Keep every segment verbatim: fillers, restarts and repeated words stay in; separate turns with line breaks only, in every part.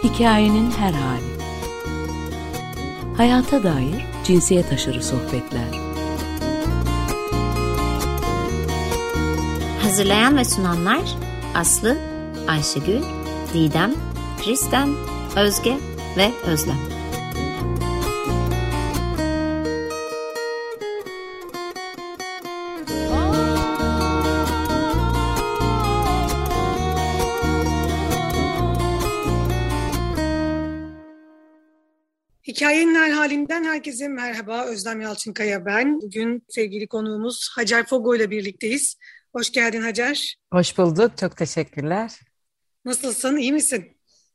Hikayenin her hali. Hayata dair cinsiyet aşırı sohbetler.
Hazırlayan ve sunanlar Aslı, Ayşegül, Didem, Kristen, Özge ve Özlem.
Hikayenin her halinden herkese merhaba. Özlem Yalçınkaya ben. Bugün sevgili konuğumuz Hacer Fogo ile birlikteyiz. Hoş geldin Hacer.
Hoş bulduk. Çok teşekkürler.
Nasılsın? İyi misin?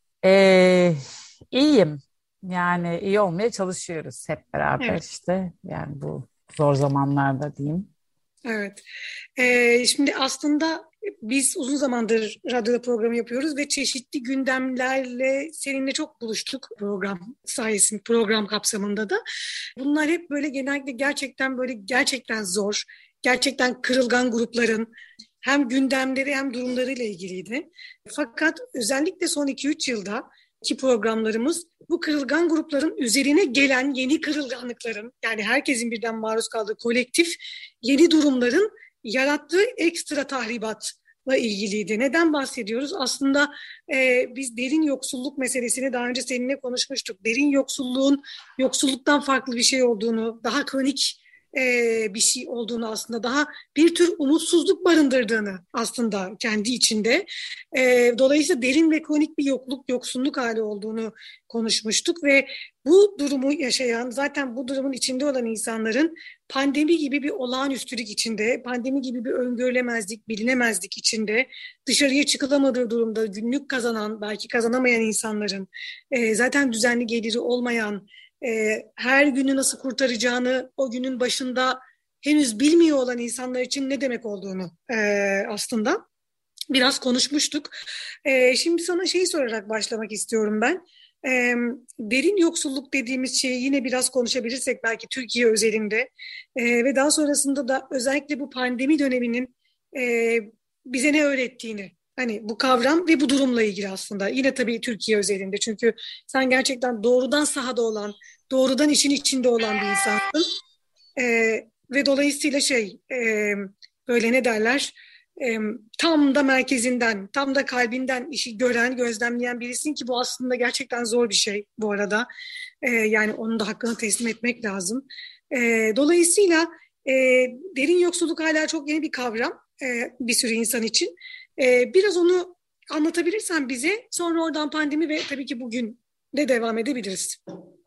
Ee, iyiyim. Yani iyi olmaya çalışıyoruz hep beraber
Evet.
işte. Yani bu zor zamanlarda diyeyim.
Evet. Ee, şimdi aslında biz uzun zamandır radyoda program yapıyoruz ve çeşitli gündemlerle seninle çok buluştuk program sayesinde, program kapsamında da. Bunlar hep böyle genellikle gerçekten böyle gerçekten zor, gerçekten kırılgan grupların hem gündemleri hem durumlarıyla ilgiliydi. Fakat özellikle son iki üç yılda ki programlarımız bu kırılgan grupların üzerine gelen yeni kırılganlıkların, yani herkesin birden maruz kaldığı kolektif yeni durumların yarattığı ekstra tahribatla ilgiliydi. Neden bahsediyoruz? Aslında e, biz derin yoksulluk meselesini daha önce seninle konuşmuştuk. Derin yoksulluğun yoksulluktan farklı bir şey olduğunu, daha kronik e, bir şey olduğunu, aslında daha bir tür umutsuzluk barındırdığını aslında kendi içinde. E, dolayısıyla derin ve kronik bir yokluk, yoksulluk hali olduğunu konuşmuştuk ve bu durumu yaşayan, zaten bu durumun içinde olan insanların pandemi gibi bir olağanüstülük içinde, pandemi gibi bir öngörülemezlik, bilinemezlik içinde, dışarıya çıkılamadığı durumda günlük kazanan, belki kazanamayan insanların, e, zaten düzenli geliri olmayan, e, her günü nasıl kurtaracağını o günün başında henüz bilmiyor olan insanlar için ne demek olduğunu e, aslında biraz konuşmuştuk. E, şimdi sana şeyi sorarak başlamak istiyorum ben. E, derin yoksulluk dediğimiz şeyi yine biraz konuşabilirsek belki Türkiye özelinde e, ve daha sonrasında da özellikle bu pandemi döneminin e, bize ne öğrettiğini, hani bu kavram ve bu durumla ilgili aslında yine tabii Türkiye özelinde, çünkü sen gerçekten doğrudan sahada olan, doğrudan işin içinde olan bir insansın e, ve dolayısıyla şey e, böyle ne derler, e, tam da merkezinden, tam da kalbinden işi gören, gözlemleyen birisin ki bu aslında gerçekten zor bir şey bu arada. E, yani onun da hakkını teslim etmek lazım. E, dolayısıyla e, derin yoksulluk hala çok yeni bir kavram e, bir sürü insan için. E, biraz onu anlatabilirsen bize, sonra oradan pandemi ve tabii ki bugün de devam edebiliriz.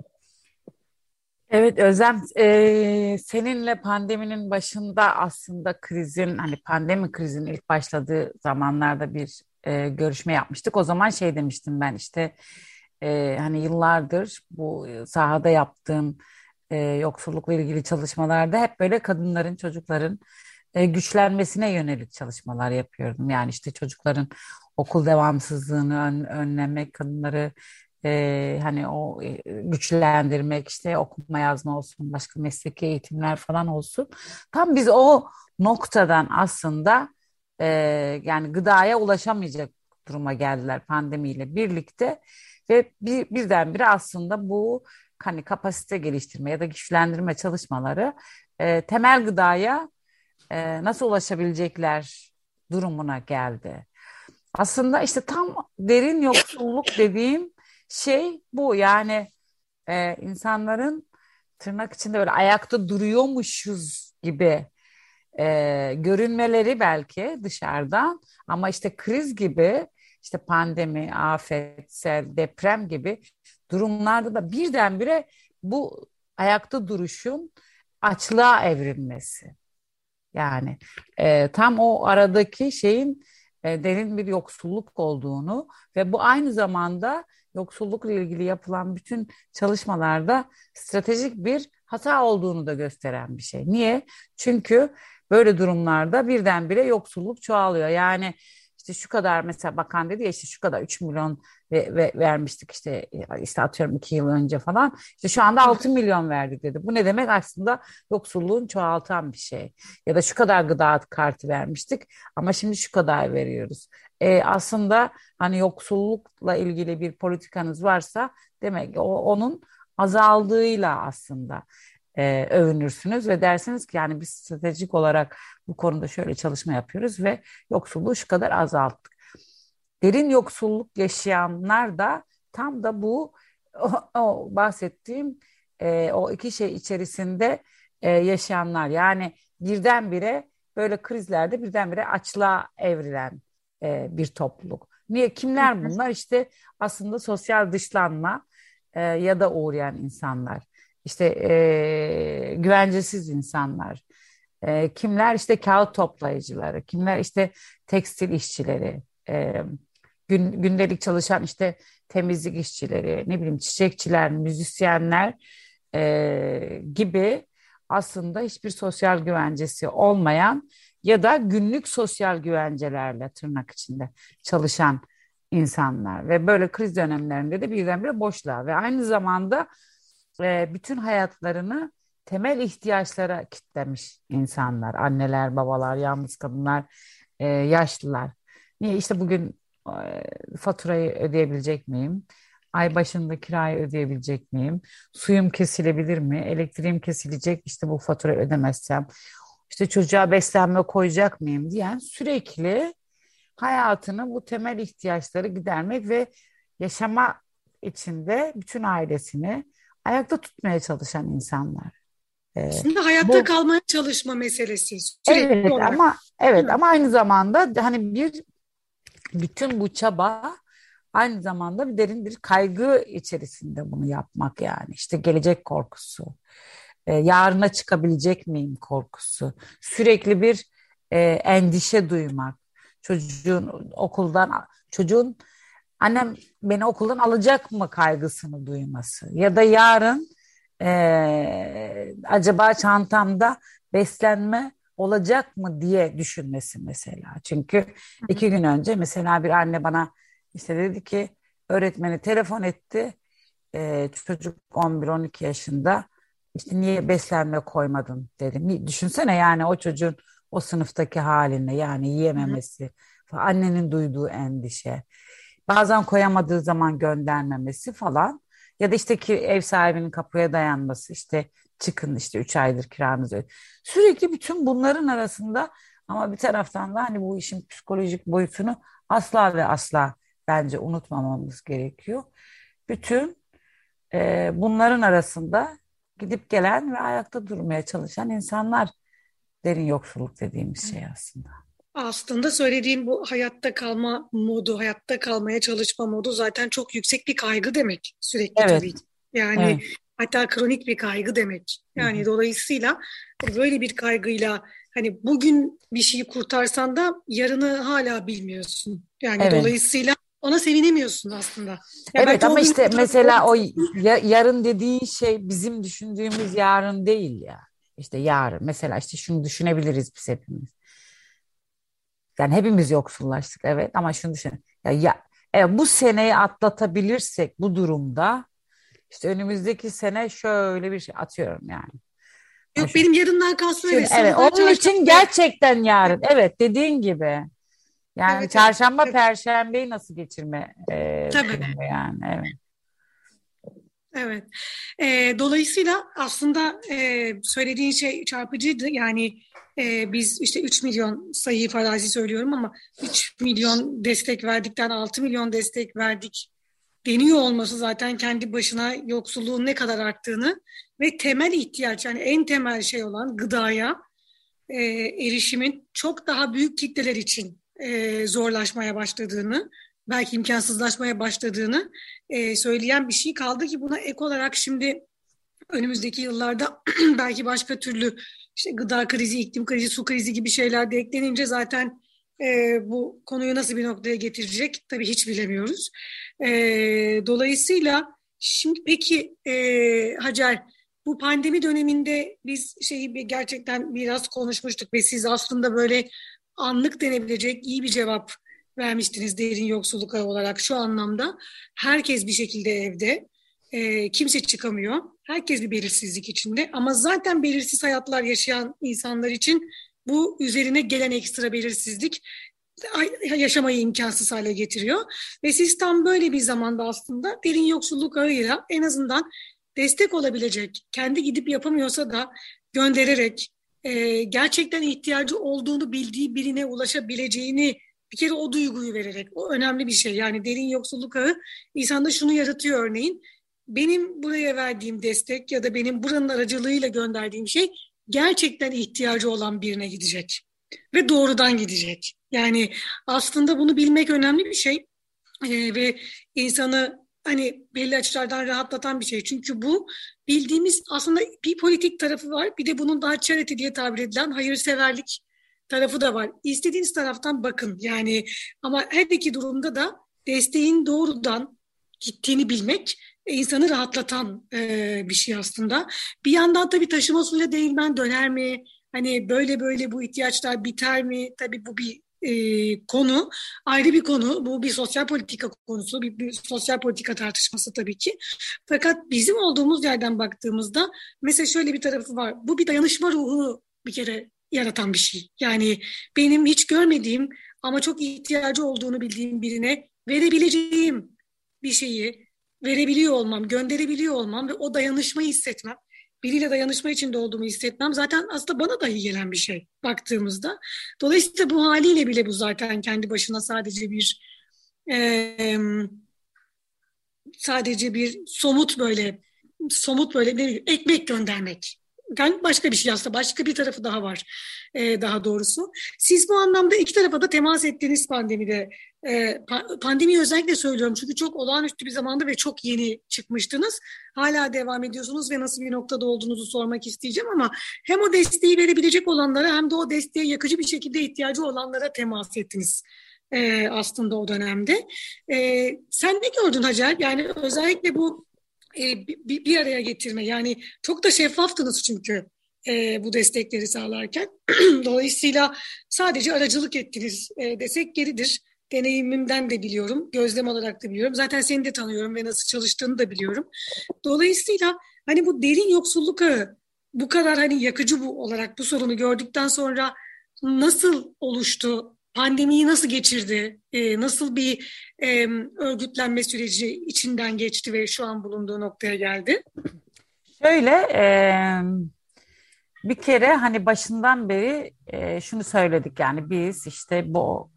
Evet Özlem, e, seninle pandeminin başında aslında krizin, hani pandemi krizinin ilk başladığı zamanlarda bir e, görüşme yapmıştık. O zaman şey demiştim ben işte e, hani yıllardır bu sahada yaptığım e, yoksullukla ilgili çalışmalarda hep böyle kadınların, çocukların e, güçlenmesine yönelik çalışmalar yapıyordum. Yani işte çocukların okul devamsızlığını ön- önlemek, kadınları e, hani o e, güçlendirmek, işte okuma yazma olsun, başka mesleki eğitimler falan olsun. Tam biz o noktadan aslında e, yani gıdaya ulaşamayacak duruma geldiler pandemiyle birlikte ve bir, birdenbire aslında bu hani kapasite geliştirme ya da güçlendirme çalışmaları e, temel gıdaya e, nasıl ulaşabilecekler durumuna geldi. Aslında işte tam derin yoksulluk dediğim şey bu. Yani e, insanların tırnak içinde böyle ayakta duruyormuşuz gibi e, görünmeleri belki dışarıdan, ama işte kriz gibi, işte pandemi, afet, sel, deprem gibi durumlarda da birdenbire bu ayakta duruşun açlığa evrilmesi. Yani e, tam o aradaki şeyin e, derin bir yoksulluk olduğunu ve bu aynı zamanda yoksullukla ilgili yapılan bütün çalışmalarda stratejik bir hata olduğunu da gösteren bir şey. Niye? Çünkü böyle durumlarda birdenbire yoksulluk çoğalıyor. Yani işte şu kadar, mesela bakan dedi ya, işte şu kadar üç milyon ve, ve vermiştik işte işte atıyorum iki yıl önce falan. İşte şu anda altı milyon verdik dedi. Bu ne demek? Aslında yoksulluğun çoğaltan bir şey. Ya da şu kadar gıda kartı vermiştik ama şimdi şu kadar veriyoruz. e, aslında hani yoksullukla ilgili bir politikanız varsa demek ki o, onun azaldığıyla aslında e, övünürsünüz ve dersiniz ki yani biz stratejik olarak bu konuda şöyle çalışma yapıyoruz ve yoksulluğu şu kadar azalttık. Derin yoksulluk yaşayanlar da tam da bu o, o bahsettiğim e, o iki şey içerisinde e, yaşayanlar. Yani birdenbire böyle krizlerde birdenbire açlığa evrilen e, bir topluluk. Niye? Kimler bunlar? İşte aslında sosyal dışlanma e, ya da uğrayan insanlar. İşte e, güvencesiz insanlar. E, kimler? İşte kağıt toplayıcıları. Kimler? İşte tekstil işçileri. E, gün, gündelik çalışan işte temizlik işçileri, ne bileyim çiçekçiler, müzisyenler e, gibi aslında hiçbir sosyal güvencesi olmayan ya da günlük sosyal güvencelerle tırnak içinde çalışan insanlar ve böyle kriz dönemlerinde de birdenbire boşluğa ve aynı zamanda e, bütün hayatlarını temel ihtiyaçlara kitlemiş insanlar, anneler, babalar, yalnız kadınlar, e, yaşlılar. Niye? İşte bugün e, faturayı ödeyebilecek miyim? Ay başında kirayı ödeyebilecek miyim? Suyum kesilebilir mi? Elektriğim kesilecek işte bu faturayı ödemezsem. İşte çocuğa beslenme koyacak mıyım diyen sürekli hayatını bu temel ihtiyaçları gidermek ve yaşama içinde bütün ailesini ayakta tutmaya çalışan insanlar. Ee,
Aslında hayatta
bu
kalmaya çalışma meselesi sürekli
evet
olarak.
ama
Değil
evet
mi?
ama aynı zamanda hani bir bütün bu çaba aynı zamanda bir derin bir kaygı içerisinde bunu yapmak yani işte gelecek korkusu, e, yarına çıkabilecek miyim korkusu, sürekli bir e, endişe duymak, çocuğun okuldan çocuğun annem beni okuldan alacak mı kaygısını duyması ya da yarın e, acaba çantamda beslenme olacak mı diye düşünmesi mesela. Çünkü iki gün önce mesela bir anne bana işte dedi ki öğretmeni telefon etti. E, çocuk on bir on iki yaşında işte niye beslenme koymadın dedim. Düşünsene yani o çocuğun o sınıftaki haline yani yiyememesi, annenin duyduğu endişe, bazen koyamadığı zaman göndermemesi falan ya da işte ki ev sahibinin kapıya dayanması işte çıkın işte üç aydır kiranızı ödeyin. Sürekli bütün bunların arasında ama bir taraftan da hani bu işin psikolojik boyutunu asla ve asla bence unutmamamız gerekiyor. Bütün e, bunların arasında gidip gelen ve ayakta durmaya çalışan insanlar derin yoksulluk dediğimiz şey aslında.
Aslında söylediğin bu hayatta kalma modu, hayatta kalmaya çalışma modu zaten çok yüksek bir kaygı demek sürekli
Evet,
tabii. Yani
evet.
hatta kronik bir kaygı demek.
Hı
Yani
hı.
dolayısıyla böyle bir kaygıyla hani bugün bir şeyi kurtarsan da yarını hala bilmiyorsun. Yani
Evet.
dolayısıyla ona sevinemiyorsun aslında. Ya
Evet
belki o
ama
gün
işte mesela o ya- yarın dediğin şey bizim düşündüğümüz yarın değil ya. İşte yarın mesela işte şunu düşünebiliriz biz hepimiz. Yani hepimiz yoksullaştık evet ama şunu düşün. Ya, ya evet, bu seneyi atlatabilirsek bu durumda işte önümüzdeki sene şöyle bir şey atıyorum yani. Yani
yok
şu,
benim yarından kastım
şimdi
evet
evet
salıdan
onun için
çarşambaya.
gerçekten yarın evet dediğin gibi. Yani
Evet, evet.
çarşamba
Evet.
perşembeyi nasıl geçirme e,
Tabii.
durumu yani evet.
Evet. Ee, dolayısıyla aslında e, söylediğin şey çarpıcıydı. Yani e, biz işte üç milyon sayıyı farazi söylüyorum ama üç milyon destek verdikten altı milyon destek verdik deniyor olması zaten kendi başına yoksulluğun ne kadar arttığını ve temel ihtiyaç yani en temel şey olan gıdaya e, erişimin çok daha büyük kitleler için e, zorlaşmaya başladığını, belki imkansızlaşmaya başladığını e, söyleyen bir şey kaldı ki buna ek olarak şimdi önümüzdeki yıllarda belki başka türlü işte gıda krizi, iklim krizi, su krizi gibi şeyler de eklenince zaten e, bu konuyu nasıl bir noktaya getirecek tabii hiç bilemiyoruz. E, dolayısıyla şimdi peki e, Hacer bu pandemi döneminde biz şeyi bir, gerçekten biraz konuşmuştuk ve siz aslında böyle anlık denebilecek iyi bir cevap vermiştiniz derin yoksulluk olarak şu anlamda. Herkes bir şekilde evde. E, kimse çıkamıyor. Herkes bir belirsizlik içinde. Ama zaten belirsiz hayatlar yaşayan insanlar için bu üzerine gelen ekstra belirsizlik yaşamayı imkansız hale getiriyor. Ve siz tam böyle bir zamanda aslında derin yoksulluk ağıyla en azından destek olabilecek, kendi gidip yapamıyorsa da göndererek e, gerçekten ihtiyacı olduğunu bildiği birine ulaşabileceğini bir kere o duyguyu vererek, o önemli bir şey. Yani derin yoksulluk ağı insanda şunu yaratıyor örneğin. Benim buraya verdiğim destek ya da benim buranın aracılığıyla gönderdiğim şey gerçekten ihtiyacı olan birine gidecek. Ve doğrudan gidecek. Yani aslında bunu bilmek önemli bir şey. Ee, ve insanı hani belli açılardan rahatlatan bir şey. Çünkü bu bildiğimiz aslında bir politik tarafı var. Bir de bunun daha charity diye tabir edilen hayırseverlik tarafı da var. İstediğiniz taraftan bakın. Yani ama her iki durumda da desteğin doğrudan gittiğini bilmek insanı rahatlatan e, bir şey aslında. Bir yandan tabii taşıma suyla değirmen döner mi? Hani böyle böyle bu ihtiyaçlar biter mi? Tabii bu bir e, konu, ayrı bir konu. Bu bir sosyal politika konusu, bir, bir sosyal politika tartışması tabii ki. Fakat bizim olduğumuz yerden baktığımızda mesela şöyle bir tarafı var. Bu bir dayanışma ruhu bir kere yaratan bir şey. Yani benim hiç görmediğim ama çok ihtiyacı olduğunu bildiğim birine verebileceğim bir şeyi verebiliyor olmam, gönderebiliyor olmam ve o dayanışmayı hissetmem, biriyle dayanışma içinde olduğumu hissetmem zaten aslında bana da iyi gelen bir şey baktığımızda. Dolayısıyla bu haliyle bile bu zaten kendi başına sadece bir e, sadece bir somut böyle somut böyle ne bileyim, ekmek göndermek. Yani başka bir şey aslında, başka bir tarafı daha var e, daha doğrusu. Siz bu anlamda iki tarafa da temas ettiğiniz pandemide, e, pandemiyi özellikle söylüyorum çünkü çok olağanüstü bir zamanda ve çok yeni çıkmıştınız. Hala devam ediyorsunuz ve nasıl bir noktada olduğunuzu sormak isteyeceğim ama hem o desteği verebilecek olanlara hem de o desteğe yakıcı bir şekilde ihtiyacı olanlara temas ettiniz. Ee, aslında o dönemde. Ee, sen ne gördün Hacer? Yani özellikle bu e, bir, bir araya getirme. Yani çok da şeffaftınız çünkü e, bu destekleri sağlarken. Dolayısıyla sadece aracılık ettiniz e, desek geridir. Deneyimimden de biliyorum, gözlem olarak da biliyorum. Zaten seni de tanıyorum ve nasıl çalıştığını da biliyorum. Dolayısıyla hani bu derin yoksulluk ağı bu kadar hani yakıcı bu olarak bu sorunu gördükten sonra nasıl oluştu? Pandemiyi nasıl geçirdi? Ee, nasıl bir e, örgütlenme süreci içinden geçti ve şu an bulunduğu noktaya geldi?
Şöyle e, bir kere hani başından beri e, şunu söyledik yani biz işte bu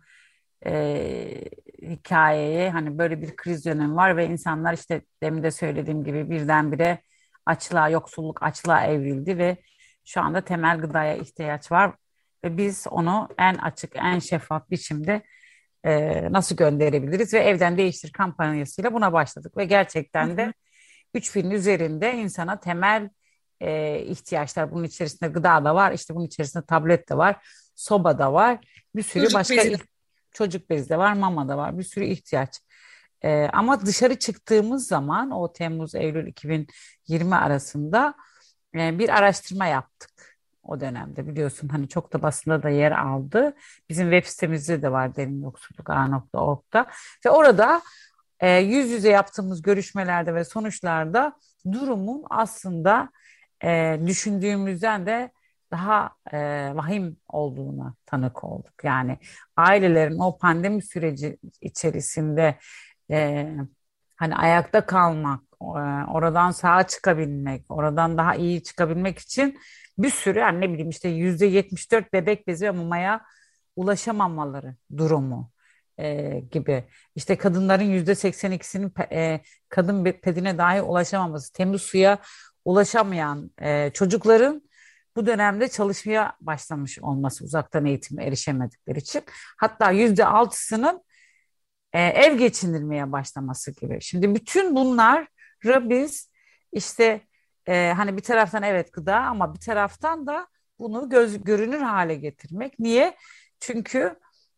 e, hikayeye hani böyle bir kriz dönemi var ve insanlar işte demin de söylediğim gibi birdenbire açlığa, yoksulluk açlığa evrildi ve şu anda temel gıdaya ihtiyaç var ve biz onu en açık, en şeffaf biçimde e, nasıl gönderebiliriz ve evden değiştir kampanyasıyla buna başladık ve gerçekten de üç binin üzerinde insana temel e, ihtiyaçlar bunun içerisinde gıda da var, işte bunun içerisinde tablet de var, soba da var, bir sürü
Çocuk
başka
bezi.
çocuk bezi de var, mama da var, bir sürü ihtiyaç. Ee, ama dışarı çıktığımız zaman o Temmuz-Eylül iki bin yirmi arasında e, bir araştırma yaptık o dönemde biliyorsun hani çok da basında da yer aldı. Bizim web sitemizde de var derin yoksulluk ağı nokta org'da ve orada e, yüz yüze yaptığımız görüşmelerde ve sonuçlarda durumun aslında e, düşündüğümüzden de daha e, vahim olduğuna tanık olduk. Yani ailelerin o pandemi süreci içerisinde e, hani ayakta kalmak, e, oradan sağa çıkabilmek, oradan daha iyi çıkabilmek için bir sürü yani ne bileyim işte yüzde yetmiş dört bebek bezi ve mamaya ulaşamamaları durumu e, gibi. İşte kadınların yüzde seksen ikisinin pe- e, kadın be- pedine dahi ulaşamaması, temiz suya ulaşamayan e, çocukların bu dönemde çalışmaya başlamış olması uzaktan eğitime erişemedikleri için. Hatta yüzde altısının e, ev geçindirmeye başlaması gibi. Şimdi bütün bunları biz işte e, hani bir taraftan evet gıda ama bir taraftan da bunu göz, görünür hale getirmek. Niye? Çünkü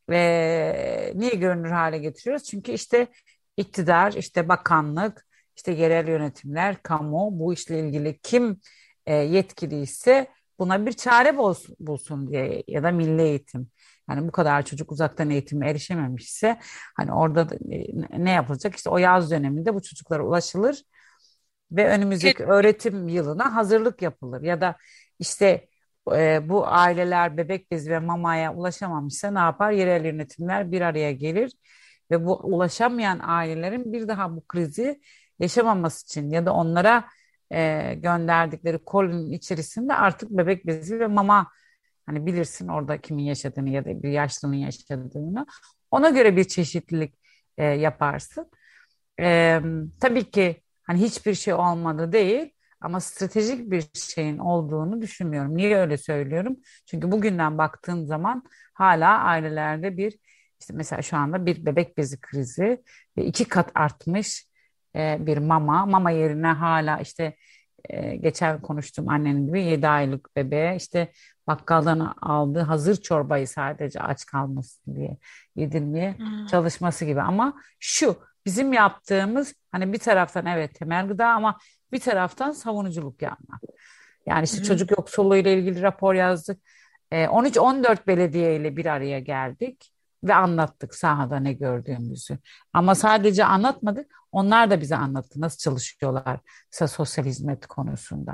e, niye görünür hale getiriyoruz? Çünkü işte iktidar, işte bakanlık, işte yerel yönetimler, kamu bu işle ilgili kim e, yetkiliyse buna bir çare bulsun, bulsun diye ya da milli eğitim. Yani bu kadar çocuk uzaktan eğitime erişememişse hani orada ne yapılacak? İşte o yaz döneminde bu çocuklara ulaşılır ve önümüzdeki öğretim yılına hazırlık yapılır. Ya da işte e, bu aileler bebek bezi ve mamaya ulaşamamışsa ne yapar? Yerel yönetimler bir araya gelir ve bu ulaşamayan ailelerin bir daha bu krizi yaşamaması için ya da onlara e, gönderdikleri kolinin içerisinde artık bebek bezi ve mama, hani bilirsin orada kimin yaşadığını ya da bir yaşlının yaşadığını, ona göre bir çeşitlilik e, yaparsın. E, tabii ki hani hiçbir şey olmadı değil ama stratejik bir şeyin olduğunu düşünmüyorum. Niye öyle söylüyorum? Çünkü bugünden baktığın zaman hala ailelerde bir, işte mesela şu anda bir bebek bezi krizi ve iki kat artmış e, bir mama. Mama yerine hala işte e, geçen konuştuğum annenin gibi yedi aylık bebeğe işte bakkaldan aldığı hazır çorbayı sadece aç kalmasın diye yedirmeye
Hmm.
çalışması gibi. Ama şu bizim yaptığımız hani bir taraftan evet temel gıda ama bir taraftan savunuculuk yapmak. Yani işte
Hı hı.
çocuk yoksulluğu ile ilgili rapor yazdık. E, on üç on dört belediye ile bir araya geldik ve anlattık sahada ne gördüğümüzü. Ama sadece anlatmadık, onlar da bize anlattı nasıl çalışıyorlar mesela sosyal hizmet konusunda.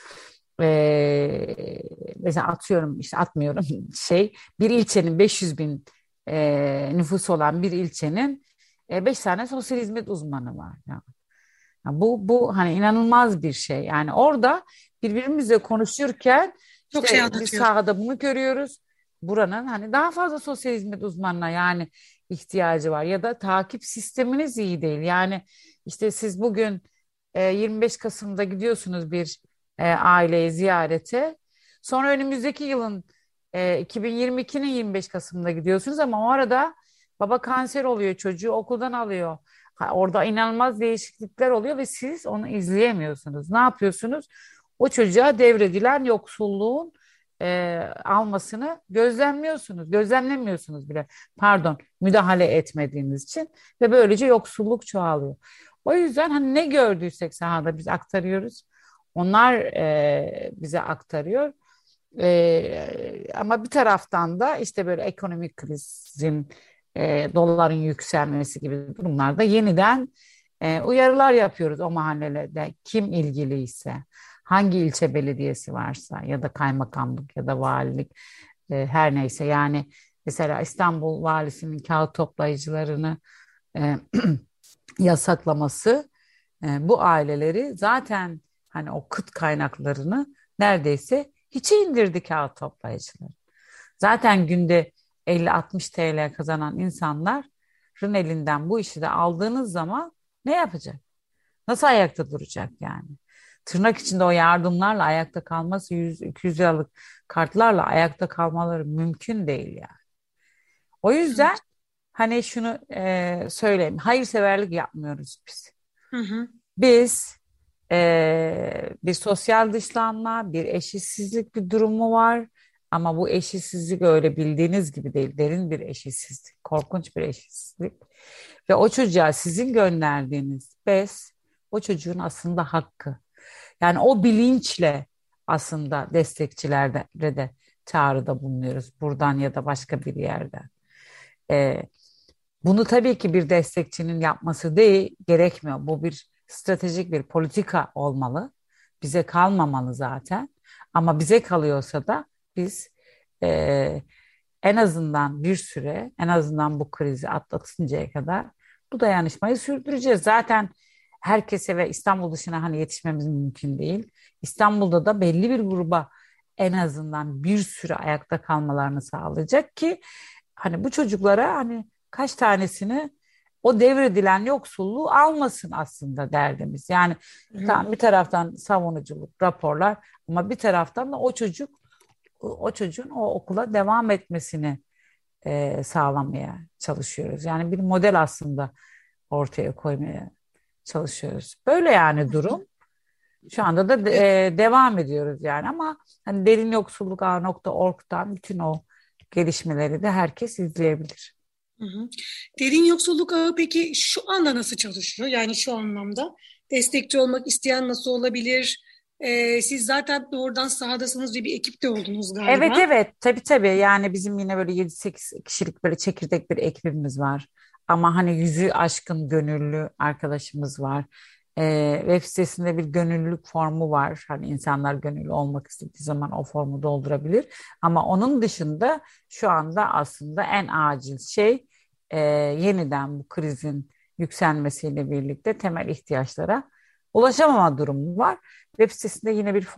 E, mesela atıyorum işte atmıyorum şey bir ilçenin beş yüz bin e, nüfusu olan bir ilçenin e, beş tane sosyal hizmet uzmanı var. Yani. Ya bu bu hani inanılmaz bir şey. Yani orada birbirimizle konuşurken
Çok şey
işte biz
anlatıyor.
sahada bunu görüyoruz. Buranın hani daha fazla sosyal hizmet uzmanına yani ihtiyacı var ya da takip sisteminiz iyi değil. Yani işte siz bugün e, yirmi beş Kasım'da gidiyorsunuz bir e, aileyi ziyarete. Sonra önümüzdeki yılın e, iki bin yirmi ikinin yirmi beş Kasım'da gidiyorsunuz ama o arada baba kanser oluyor, çocuğu okuldan alıyor. Ha, orada inanılmaz değişiklikler oluyor ve siz onu izleyemiyorsunuz. Ne yapıyorsunuz? O çocuğa devredilen yoksulluğun e, almasını gözlemliyorsunuz. Gözlemlemiyorsunuz bile. Pardon, müdahale etmediğiniz için ve böylece yoksulluk çoğalıyor. O yüzden hani ne gördüysek sahada biz aktarıyoruz. Onlar e, bize aktarıyor. E, ama bir taraftan da işte böyle ekonomik krizin, e, doların yükselmesi gibi durumlarda yeniden e, uyarılar yapıyoruz o mahallelerde. Kim ilgiliyse, hangi ilçe belediyesi varsa ya da kaymakamlık ya da valilik e, her neyse yani mesela İstanbul valisinin kağıt toplayıcılarını e, yasaklaması e, bu aileleri zaten hani o kıt kaynaklarını neredeyse hiçe indirdi kağıt toplayıcılar. Zaten günde elli altmış T L kazanan insanların elinden bu işi de aldığınız zaman ne yapacak? Nasıl ayakta duracak yani? Tırnak içinde o yardımlarla ayakta kalması yüz iki yüz liralık kartlarla ayakta kalmaları mümkün değil yani. O yüzden
Evet.
hani şunu e, söyleyeyim. Hayırseverlik yapmıyoruz biz.
Hı hı.
Biz e, bir sosyal dışlanma, bir eşitsizlik bir durumu var. Ama bu eşitsizlik öyle bildiğiniz gibi değil. Derin bir eşitsizlik, korkunç bir eşitsizlik. Ve o çocuğa sizin gönderdiğiniz bez, o çocuğun aslında hakkı. Yani o bilinçle aslında destekçilerde de çağrıda bulunuyoruz. Buradan ya da başka bir yerden. E, Bunu tabii ki bir destekçinin yapması değil, gerekmiyor. Bu bir stratejik bir politika olmalı. Bize kalmamalı zaten. Ama bize kalıyorsa da biz e, en azından bir süre, en azından bu krizi atlatıncaya kadar bu dayanışmayı sürdüreceğiz. Zaten herkese ve İstanbul dışına hani yetişmemiz mümkün değil. İstanbul'da da belli bir gruba en azından bir süre ayakta kalmalarını sağlayacak ki hani bu çocuklara hani kaç tanesini o devredilen yoksulluğu almasın aslında derdimiz. Yani
Hı hı.
tam bir taraftan savunuculuk, raporlar ama bir taraftan da o çocuk o çocuğun o okula devam etmesini e, sağlamaya çalışıyoruz. Yani bir model aslında ortaya koymaya çalışıyoruz. Böyle yani durum. Şu anda da
Evet.
e, devam ediyoruz yani ama hani derin yoksulluk ağı nokta org'dan bütün o gelişmeleri de herkes izleyebilir.
Hı hı. Derin yoksulluk ağı peki şu anda nasıl çalışıyor? Yani şu anlamda destekçi olmak isteyen nasıl olabilir? Ee, siz zaten oradan sahadasınız ve bir ekip de oldunuz
Evet,
galiba.
evet, tabii tabii yani bizim yine böyle yedi sekiz kişilik böyle çekirdek bir ekibimiz var. Ama hani yüzü aşkın gönüllü arkadaşımız var. E, web sitesinde bir gönüllülük formu var. Hani insanlar gönüllü olmak istediği zaman o formu doldurabilir. Ama onun dışında şu anda aslında en acil şey e, yeniden bu krizin yükselmesiyle birlikte temel ihtiyaçlara ulaşamama durumu var. Web sitesinde yine bir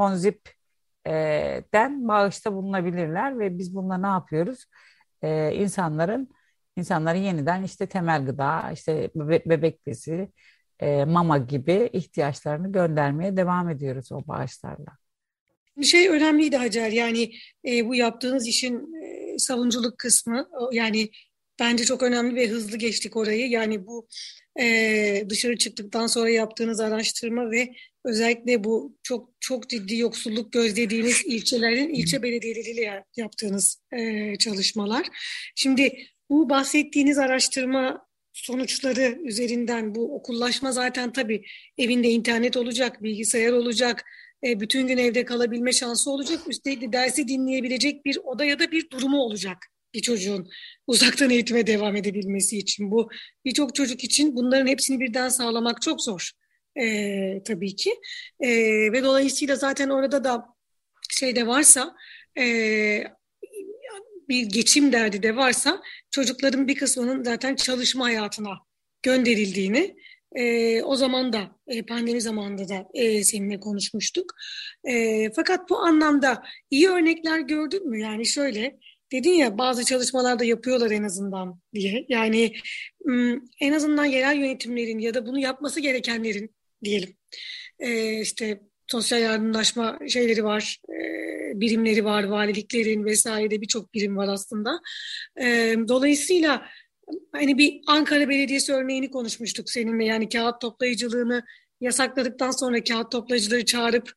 Fonzip'den bağışta bulunabilirler ve biz bununla ne yapıyoruz? E, insanların insanların yeniden işte temel gıda, işte bebe- bebek bezi, e, mama gibi ihtiyaçlarını göndermeye devam ediyoruz o bağışlarla.
Bir şey önemliydi Hacer, yani e, bu yaptığınız işin e, savunuculuk kısmı, o, yani bence çok önemli ve hızlı geçtik orayı. Yani bu e, dışarı çıktıktan sonra yaptığınız araştırma ve özellikle bu çok çok ciddi yoksulluk gözlediğiniz ilçelerin ilçe belediyeleriyle ya- yaptığınız e, çalışmalar. Şimdi bu bahsettiğiniz araştırma sonuçları üzerinden bu okullaşma zaten tabii evinde internet olacak, bilgisayar olacak, e, bütün gün evde kalabilme şansı olacak. Üstelik de dersi dinleyebilecek bir oda ya da bir durumu olacak bir çocuğun uzaktan eğitime devam edebilmesi için. Bu birçok çocuk için bunların hepsini birden sağlamak çok zor. E, tabii ki. E, ve dolayısıyla zaten orada da şey de varsa, e, bir geçim derdi de varsa, çocukların bir kısmının zaten çalışma hayatına gönderildiğini e, o zaman da e, pandemi zamanında da e, seninle konuşmuştuk. E, fakat bu anlamda iyi örnekler gördün mü? Yani şöyle dedin ya, bazı çalışmalarda yapıyorlar en azından diye. Yani m, en azından yerel yönetimlerin ya da bunu yapması gerekenlerin diyelim. E, işte sosyal yardımlaşma şeyleri var, e, birimleri var, valiliklerin vesaire birçok birim var aslında. E, dolayısıyla hani bir Ankara Belediyesi örneğini konuşmuştuk seninle. Yani kağıt toplayıcılığını yasakladıktan sonra kağıt toplayıcıları çağırıp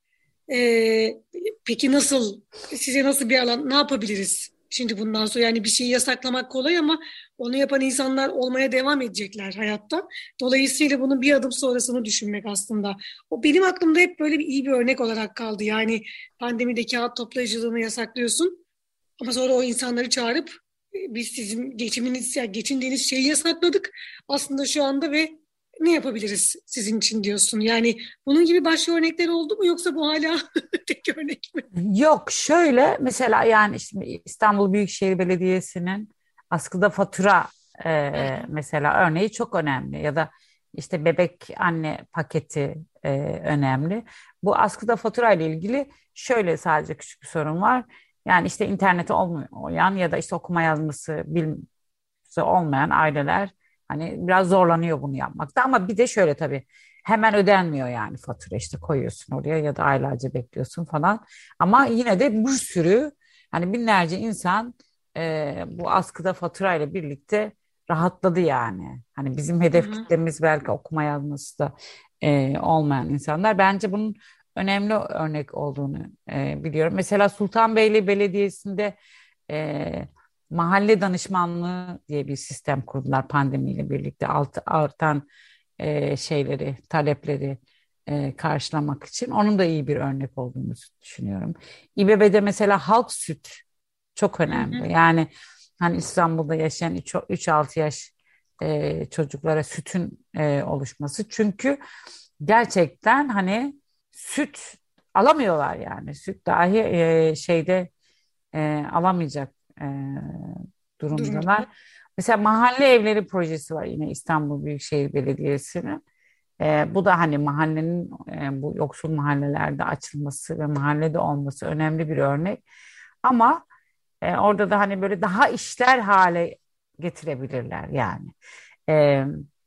e, peki nasıl, size nasıl bir alan, ne yapabiliriz? Şimdi bundan sonra yani bir şeyi yasaklamak kolay ama onu yapan insanlar olmaya devam edecekler hayatta. Dolayısıyla bunun bir adım sonrasını düşünmek aslında. O benim aklımda hep böyle bir iyi bir örnek olarak kaldı. Yani pandemide kağıt toplayıcılığını yasaklıyorsun ama sonra o insanları çağırıp e, biz sizin geçiminiz, ya geçindiğiniz şeyi yasakladık aslında şu anda ve ne yapabiliriz sizin için diyorsun. Yani bunun gibi başka örnekler oldu mu, yoksa bu hala tek örnek mi?
Yok şöyle mesela yani işte İstanbul Büyükşehir Belediyesi'nin askıda fatura e, mesela örneği çok önemli ya da işte bebek anne paketi e, önemli. Bu askıda fatura ile ilgili şöyle sadece küçük bir sorun var. Yani işte interneti olmayan ya da işte okuma yazması bilgisi olmayan aileler hani biraz zorlanıyor bunu yapmakta ama bir de şöyle tabii hemen ödenmiyor yani fatura işte koyuyorsun oraya ya da aylarca bekliyorsun falan. Ama yine de bir sürü hani binlerce insan e, bu askıda fatura ile birlikte rahatladı yani. Hani bizim
Hı
hedef
hı.
kitlemiz belki okuma yazması da e, olmayan insanlar. Bence bunun önemli örnek olduğunu e, biliyorum. Mesela Sultanbeyli Belediyesi'nde e, mahalle danışmanlığı diye bir sistem kurdular pandemiyle birlikte alt, artan e, şeyleri, talepleri e, karşılamak için. Onun da iyi bir örnek olduğunu düşünüyorum. İBB'de mesela halk süt çok
Hı hı.
önemli. Yani hani İstanbul'da yaşayan üç altı yaş e, çocuklara sütün e, oluşması. Çünkü gerçekten hani süt alamıyorlar yani. Süt dahi e, şeyde e, alamayacak e,
Durumda.
durumdalar. Mesela mahalle evleri projesi var yine İstanbul Büyükşehir Belediyesi'nin. E, bu da hani mahallenin e, bu yoksul mahallelerde açılması ve mahallede olması önemli bir örnek. Ama e, orada da hani böyle daha işler hale getirebilirler yani. E,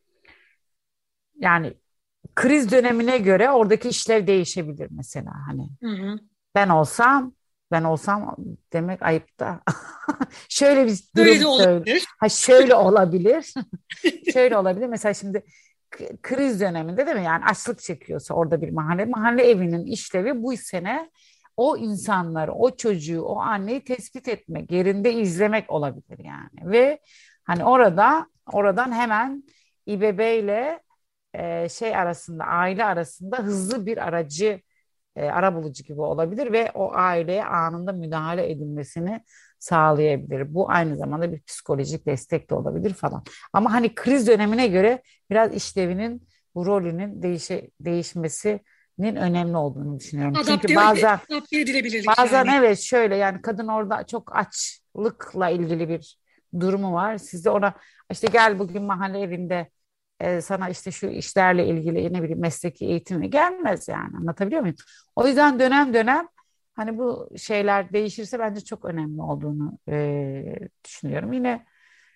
yani kriz dönemine göre oradaki işlev değişebilir mesela hani.
Hı hı.
Ben olsam ben olsam demek ayıp da. Şöyle bir
Böyle
durum
de
söyle.
olabilir.
Ha şöyle olabilir. Şöyle olabilir. Mesela şimdi k- kriz döneminde değil mi? Yani açlık çekiyorsa orada bir mahalle, mahalle evinin işlevi bu sene o insanları, o çocuğu, o anneyi tespit etmek, yerinde izlemek olabilir yani. Ve hani orada oradan hemen İBB ile e, şey arasında, aile arasında hızlı bir aracı e, arabulucu gibi olabilir ve o aileye anında müdahale edilmesini sağlayabilir. Bu aynı zamanda bir psikolojik destek de olabilir falan. Ama hani kriz dönemine göre biraz işlevinin bu rolünün değişe, değişmesinin önemli olduğunu düşünüyorum. Çünkü
Adapte,
bazen
adapte edilebilirlik
bazen
yani.
evet şöyle yani kadın orada çok açlıkla ilgili bir durumu var. Siz de ona işte gel bugün mahalle evinde e, sana işte şu işlerle ilgili ne bileyim mesleki eğitimi gelmez yani anlatabiliyor muyum? O yüzden dönem dönem hani bu şeyler değişirse bence çok önemli olduğunu e, düşünüyorum. Yine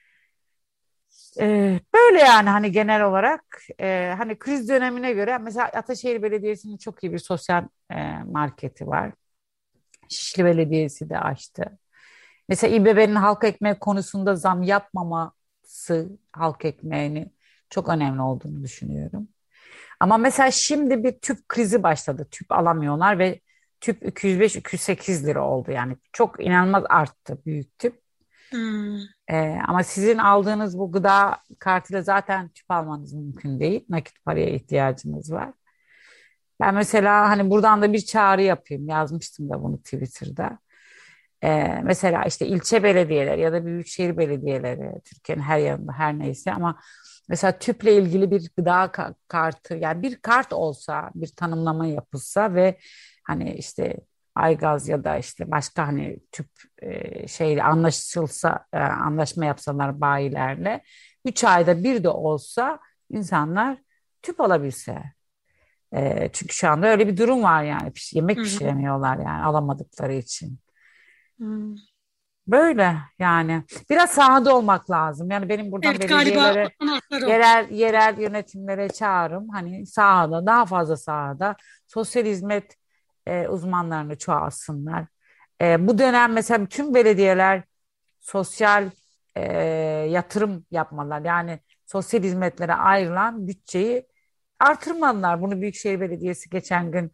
e, böyle yani hani genel olarak e, hani kriz dönemine göre mesela Ataşehir Belediyesi'nin çok iyi bir sosyal e, marketi var. Şişli Belediyesi de açtı. Mesela İBB'nin halk ekmeği konusunda zam yapmaması halk ekmeğini çok önemli olduğunu düşünüyorum. Ama mesela şimdi bir tüp krizi başladı. Tüp alamıyorlar ve tüp iki yüz beş iki yüz sekiz lira oldu. Yani çok inanılmaz arttı büyük tüp.
Hmm.
Ee, ama sizin aldığınız bu gıda kartıyla zaten tüp almanız mümkün değil. Nakit paraya ihtiyacınız var. Ben mesela hani buradan da bir çağrı yapayım. Yazmıştım da bunu Twitter'da. Ee, mesela işte ilçe belediyeleri ya da büyükşehir belediyeleri Türkiye'nin her yanında her neyse ama mesela tüple ilgili bir gıda ka- kartı yani bir kart olsa bir tanımlama yapılsa ve hani işte Aygaz ya da işte başka hani tüp e, şeyle anlaşılsa e, anlaşma yapsalar bayilerle üç ayda bir de olsa insanlar tüp alabilse. E, çünkü şu anda öyle bir durum var yani Piş- yemek
Hı hı.
pişiremiyorlar yani alamadıkları için.
Hmm.
Böyle yani biraz sahada olmak lazım. Yani benim buradan
Evet, galiba
belediyelere,
anahtar o.
yerel yerel yönetimlere çağrım. Hani sahada daha fazla sahada sosyal hizmet e, uzmanlarını çoğalsınlar. E, bu dönem mesela bütün belediyeler sosyal e, yatırım yapmalılar. Yani sosyal hizmetlere ayrılan bütçeyi artırmalılar. Bunu Büyükşehir Belediyesi geçen gün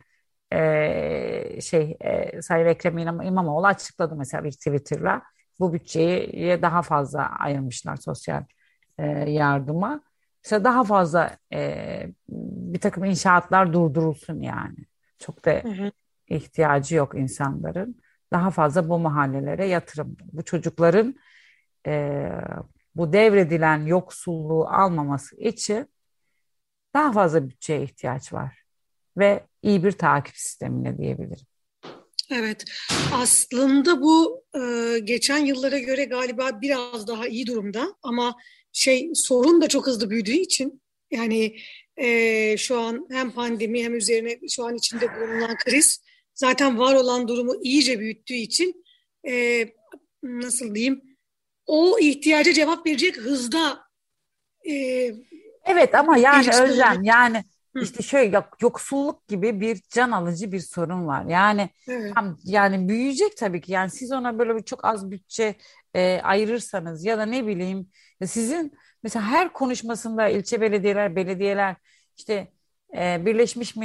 e, şey e, Sayın Ekrem İmam- İmamoğlu açıkladı mesela bir Twitter'la. Bu bütçeyi daha fazla ayırmışlar sosyal e, yardıma. Mesela daha fazla e, bir takım inşaatlar durdurulsun yani. Çok da
Hı hı.
ihtiyacı yok insanların. Daha fazla bu mahallelere yatırım. Bu çocukların e, bu devredilen yoksulluğu almaması için daha fazla bütçeye ihtiyaç var ve iyi bir takip sistemine diyebilirim.
Evet, aslında bu e, geçen yıllara göre galiba biraz daha iyi durumda ama şey sorun da çok hızlı büyüdüğü için yani e, şu an hem pandemi hem üzerine şu an içinde bulunan kriz zaten var olan durumu iyice büyüttüğü için e, nasıl diyeyim o ihtiyaca cevap verecek hızda e,
Evet ama yani
gelişmeler.
Özlem yani
Hı,
işte şöyle yok, yoksulluk gibi bir can alıcı bir sorun var. Yani
evet.
tam yani büyüyecek tabii ki. Yani siz ona böyle bir çok az bütçe e, ayırırsanız ya da ne bileyim ya sizin mesela her konuşmasında ilçe belediyeler, belediyeler işte e, Birleşmiş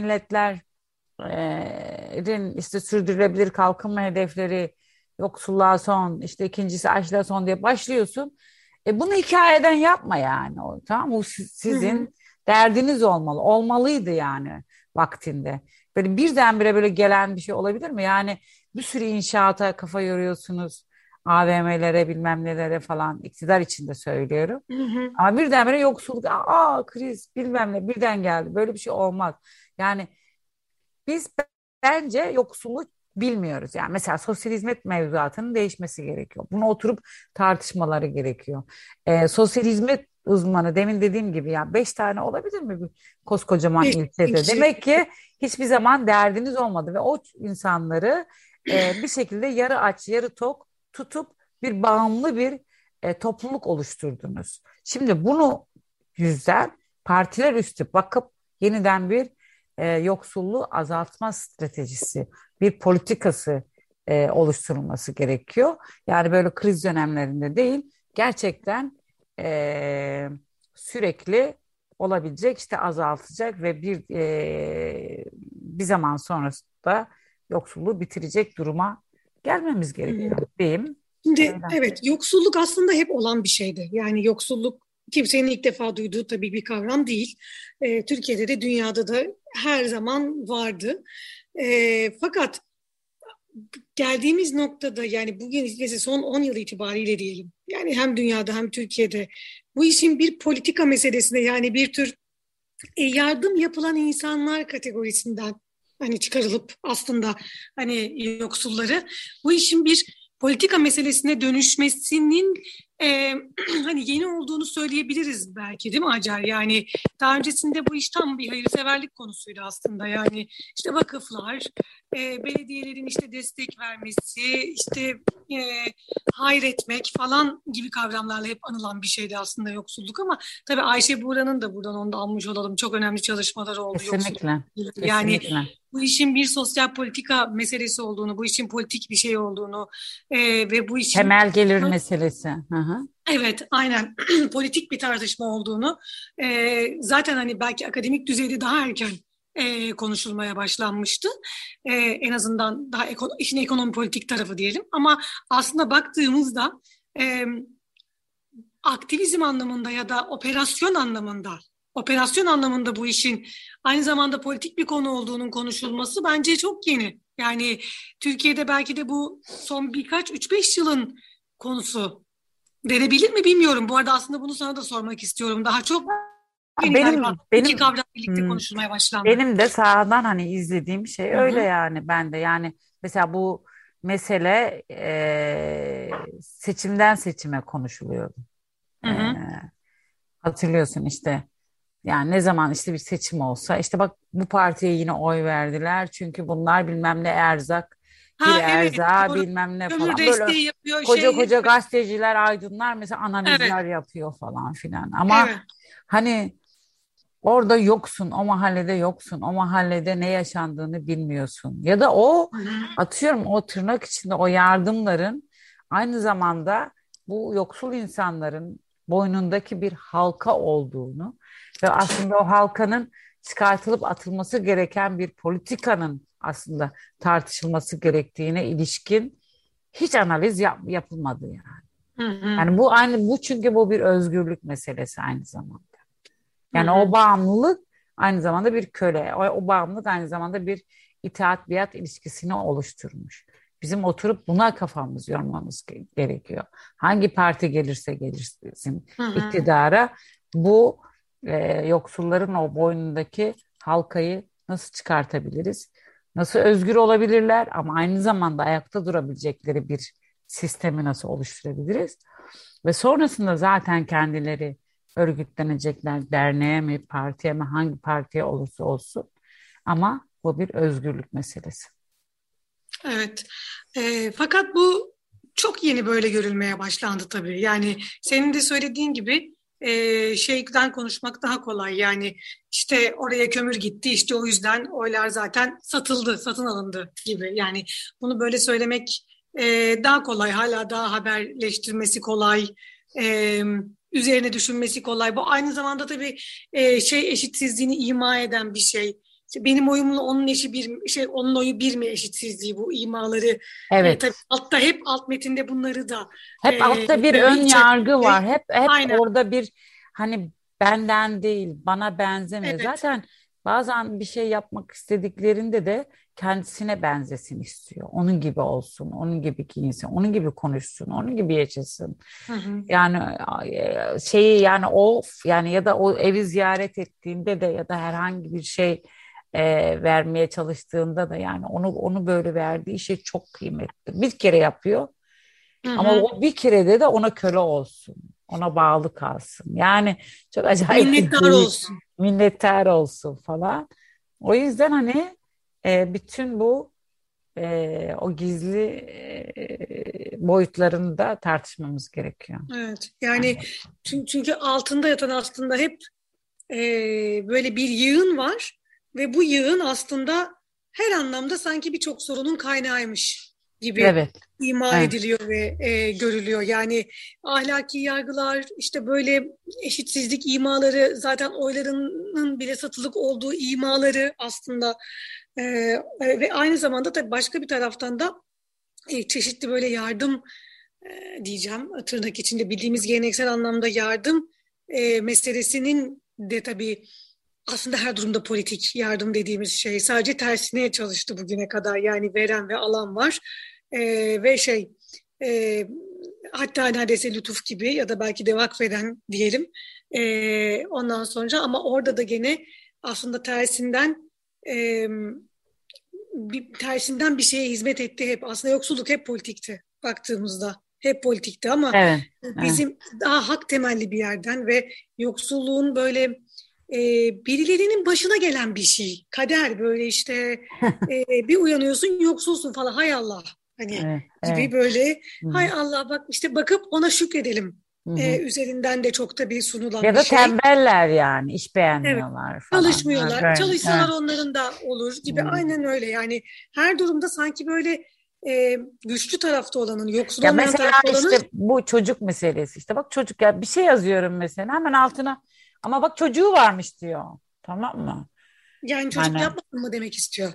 Milletler'in işte sürdürülebilir kalkınma hedefleri yoksulluğa son işte ikincisi açlığa son diye başlıyorsun. E bunu hikayeden yapma yani. O, tamam mı? Bu si-
Hı hı.
sizin derdiniz olmalı. Olmalıydı yani vaktinde. Böyle birdenbire böyle gelen bir şey olabilir mi? Yani bir sürü inşaata kafa yoruyorsunuz. A V M'lere bilmem nelere falan iktidar içinde söylüyorum.
Hı hı.
Ama birdenbire yoksulluk, aa kriz bilmem ne birden geldi. Böyle bir şey olmaz. Yani biz b- bence yoksulluğu bilmiyoruz. Yani mesela sosyal hizmet mevzuatının değişmesi gerekiyor. Bunu oturup tartışmaları gerekiyor. Ee, sosyal hizmet uzmanı demin dediğim gibi ya beş tane olabilir mi bir koskocaman
Beş bin
ilçede?
kişi.
Demek ki hiçbir zaman derdiniz olmadı ve o insanları e, bir şekilde yarı aç yarı tok tutup bir bağımlı bir e, topluluk oluşturdunuz. Şimdi bunu yüzden partiler üstü bakıp yeniden bir e, yoksulluğu azaltma stratejisi, bir politikası e, oluşturulması gerekiyor. Yani böyle kriz dönemlerinde değil, gerçekten e, sürekli olabilecek, işte azaltacak ve bir e, bir zaman sonrasında yoksulluğu bitirecek duruma gelmemiz
Hı hı.
gerekiyor diyeyim.
Şimdi
Öyle.
evet yoksulluk aslında hep olan bir şeydi. Yani yoksulluk kimsenin ilk defa duyduğu tabii bir kavram değil. Ee, Türkiye'de de dünyada da her zaman vardı. Ee, fakat geldiğimiz noktada yani bugün mesela son on yıl itibariyle diyelim. Yani hem dünyada hem Türkiye'de bu işin bir politika meselesine yani bir tür e, yardım yapılan insanlar kategorisinden hani çıkarılıp aslında hani yoksulları bu işin bir politika meselesine dönüşmesinin e, hani yeni olduğunu söyleyebiliriz belki, değil mi Hacer? Yani daha öncesinde bu iş tam bir hayırseverlik konusuydu aslında. Yani işte vakıflar, e, belediyelerin işte destek vermesi, işte e, hayretmek falan gibi kavramlarla hep anılan bir şeydi aslında yoksulluk. Ama tabii Ayşe Buğra'nın da buradan onu da almış olalım. Çok önemli çalışmaları oldu yoksulluk.
Kesinlikle.
Yani
Kesinlikle.
bu işin bir sosyal politika meselesi olduğunu, bu işin politik bir şey olduğunu e, ve bu işin
Temel gelir meselesi. Hı hı.
evet, aynen politik bir tartışma olduğunu e, zaten hani belki akademik düzeyde daha erken e, konuşulmaya başlanmıştı. E, en azından daha eko, işin ekonomi politik tarafı diyelim. Ama aslında baktığımızda e, aktivizm anlamında ya da operasyon anlamında operasyon anlamında bu işin aynı zamanda politik bir konu olduğunun konuşulması bence çok yeni. Yani Türkiye'de belki de bu son birkaç üç beş yılın konusu denebilir mi bilmiyorum. Bu arada aslında bunu sana da sormak istiyorum. Daha çok yeni
Benim
galiba iki
benim
kavram birlikte
hmm,
konuşulmaya başlandı.
benim de sahadan hani izlediğim şey
Hı
öyle
hı.
yani ben de yani mesela bu mesele e, seçimden seçime konuşuluyordu.
Hı
E,
hı.
Hatırlıyorsun işte yani ne zaman işte bir seçim olsa işte bak bu partiye yine oy verdiler çünkü bunlar bilmem ne erzak bir
Ha, evet,
erzağa
doğru.
bilmem ne
Kömür
falan böyle
desteği yapıyor,
koca
şey
koca
yapıyor.
gazeteciler aydınlar mesela
Evet,
analizler yapıyor falan filan ama
evet.
hani orada yoksun, o mahallede yoksun, o mahallede ne yaşandığını bilmiyorsun. Ya da o
Hı hı.
atıyorum o tırnak içinde o yardımların aynı zamanda bu yoksul insanların boynundaki bir halka olduğunu ve aslında o halkanın çıkartılıp atılması gereken bir politikanın aslında tartışılması gerektiğine ilişkin hiç analiz yap- yapılmadı yani.
Hı hı.
Yani bu aynı bu çünkü bu bir özgürlük meselesi aynı zamanda.
Hı
Yani o
hı.
bağımlılık aynı zamanda bir köle. O, o bağımlılık aynı zamanda bir itaat biat ilişkisini oluşturmuş. Bizim oturup buna kafamız yormamız ge- gerekiyor. Hangi parti gelirse gelirsin
Hı hı.
iktidara bu e, yoksulların o boynundaki halkayı nasıl çıkartabiliriz? Nasıl özgür olabilirler ama aynı zamanda ayakta durabilecekleri bir sistemi nasıl oluşturabiliriz? Ve sonrasında zaten kendileri örgütlenecekler derneğe mi, partiye mi, hangi partiye olursa olsun. Ama bu bir özgürlük meselesi.
Evet. E, fakat bu çok yeni böyle görülmeye başlandı tabii. Yani senin de söylediğin gibi e, şeyden konuşmak daha kolay. Yani işte oraya kömür gitti, işte o yüzden oylar zaten satıldı, satın alındı gibi. Yani bunu böyle söylemek e, daha kolay, hala daha haberleştirmesi kolay, e, üzerine düşünmesi kolay. Bu aynı zamanda tabii e, şey eşitsizliğini ima eden bir şey. İşte benim oyumla onun eşi bir şey, onun oyu bir mi eşitsizliği, bu imaları e, tabii
Evet.
altta, hep alt metinde bunları da
Hep
e,
altta bir
böyle
ön
içe
yargı var.
şey,
Hep hep
aynen,
orada bir hani benden değil, bana benzemiyor.
evet.
Zaten bazen bir şey yapmak istediklerinde de kendisine benzesin istiyor. Onun gibi olsun, onun gibi giyinsin, onun gibi konuşsun, onun gibi yaşasın.
Hı hı.
Yani e, şeyi yani o yani ya da o evi ziyaret ettiğinde de ya da herhangi bir şey e, vermeye çalıştığında da yani onu onu böyle verdiği şey çok kıymetli. Bir kere yapıyor.
Hı
Ama
hı.
o bir kerede de ona köle olsun. Ona bağlı kalsın. Yani çok acayip bir
Minnettar
değil.
olsun.
Minnettar olsun falan. O yüzden hani e, bütün bu e, o gizli e, boyutlarını da tartışmamız gerekiyor.
Evet.
Yani,
Yani çünkü, çünkü altında yatan aslında hep e, böyle bir yığın var ve bu yığın aslında her anlamda sanki birçok sorunun kaynağıymış gibi
evet.
ima
Evet.
ediliyor ve e, görülüyor. Yani ahlaki yargılar, işte böyle eşitsizlik imaları, zaten oylarının bile satılık olduğu imaları aslında e, ve aynı zamanda tabii başka bir taraftan da e, çeşitli böyle yardım e, diyeceğim, tırnak içinde bildiğimiz geleneksel anlamda yardım e, meselesinin de tabii aslında her durumda politik yardım dediğimiz şey sadece tersine çalıştı bugüne kadar. Yani veren ve alan var. E, ve şey e, hatta neredeyse lütuf gibi ya da belki de vakfeden diyelim. E, ondan sonra ama orada da gene aslında tersinden e, bir, tersinden bir şeye hizmet etti hep. Aslında yoksulluk hep politikti baktığımızda. Hep politikti ama
Evet, evet,
bizim daha hak temelli bir yerden ve yoksulluğun böyle e, birilerinin başına gelen bir şey. Kader böyle işte e, bir uyanıyorsun yoksulsun falan hay Allah hani
evet,
gibi
evet.
böyle
Hı hı,
hay Allah bak işte bakıp ona şükredelim
hı
e,
hı.
üzerinden de çok da bir sunulan
Ya
bir
da
şey.
tembeller yani iş
Evet.
beğenmiyorlar falan. Ha,
Çalışmıyorlar.
böyle.
Çalışsalar
Evet.
onların da olur
Hı
gibi.
hı.
Aynen öyle. Yani her durumda sanki böyle e, güçlü tarafta olanın, yoksul
Ya
olmayan
mesela
tarafta olanın
işte bu çocuk meselesi işte bak çocuk ya bir şey yazıyorum mesela hemen altına ama bak çocuğu varmış diyor. Tamam mı?
yani çocuk
Yani
yapmasın mı demek istiyor.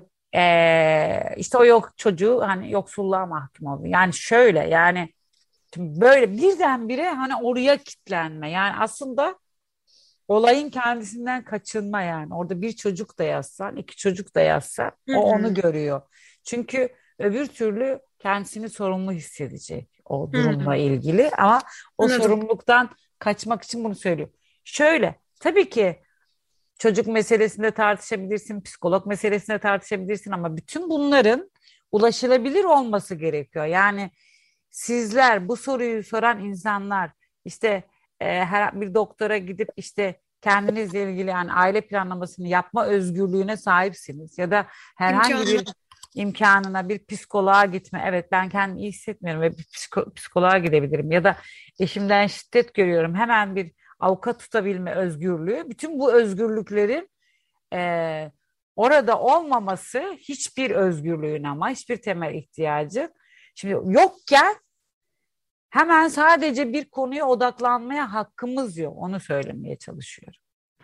eee, işte o yok çocuğu hani yoksulluğa mahkum oldu. Yani şöyle yani böyle birdenbire hani oraya kitlenme. Yani aslında olayın kendisinden kaçınma yani. Orada bir çocuk da yazsan, iki çocuk da yazsan
Hı
o onu
hı.
görüyor. Çünkü öbür türlü kendisini sorumlu hissedecek o
Hı hı.
durumla ilgili ama o
Anladım.
sorumluluktan kaçmak için bunu söylüyor. Şöyle, tabii ki çocuk meselesinde tartışabilirsin, psikolog meselesinde tartışabilirsin ama bütün bunların ulaşılabilir olması gerekiyor. Yani sizler bu soruyu soran insanlar işte e, her bir doktora gidip işte kendinizle ilgili yani aile planlamasını yapma özgürlüğüne sahipsiniz ya da herhangi
İmkanına.
bir imkanına bir psikoloğa gitme. Evet ben kendimi iyi hissetmiyorum ve bir psiko- psikoloğa gidebilirim ya da eşimden şiddet görüyorum. Hemen bir avukat tutabilme özgürlüğü. Bütün bu özgürlüklerin e, orada olmaması hiçbir özgürlüğün ama hiçbir temel ihtiyacı. Şimdi yokken hemen sadece bir konuya odaklanmaya hakkımız yok. Onu söylemeye çalışıyorum.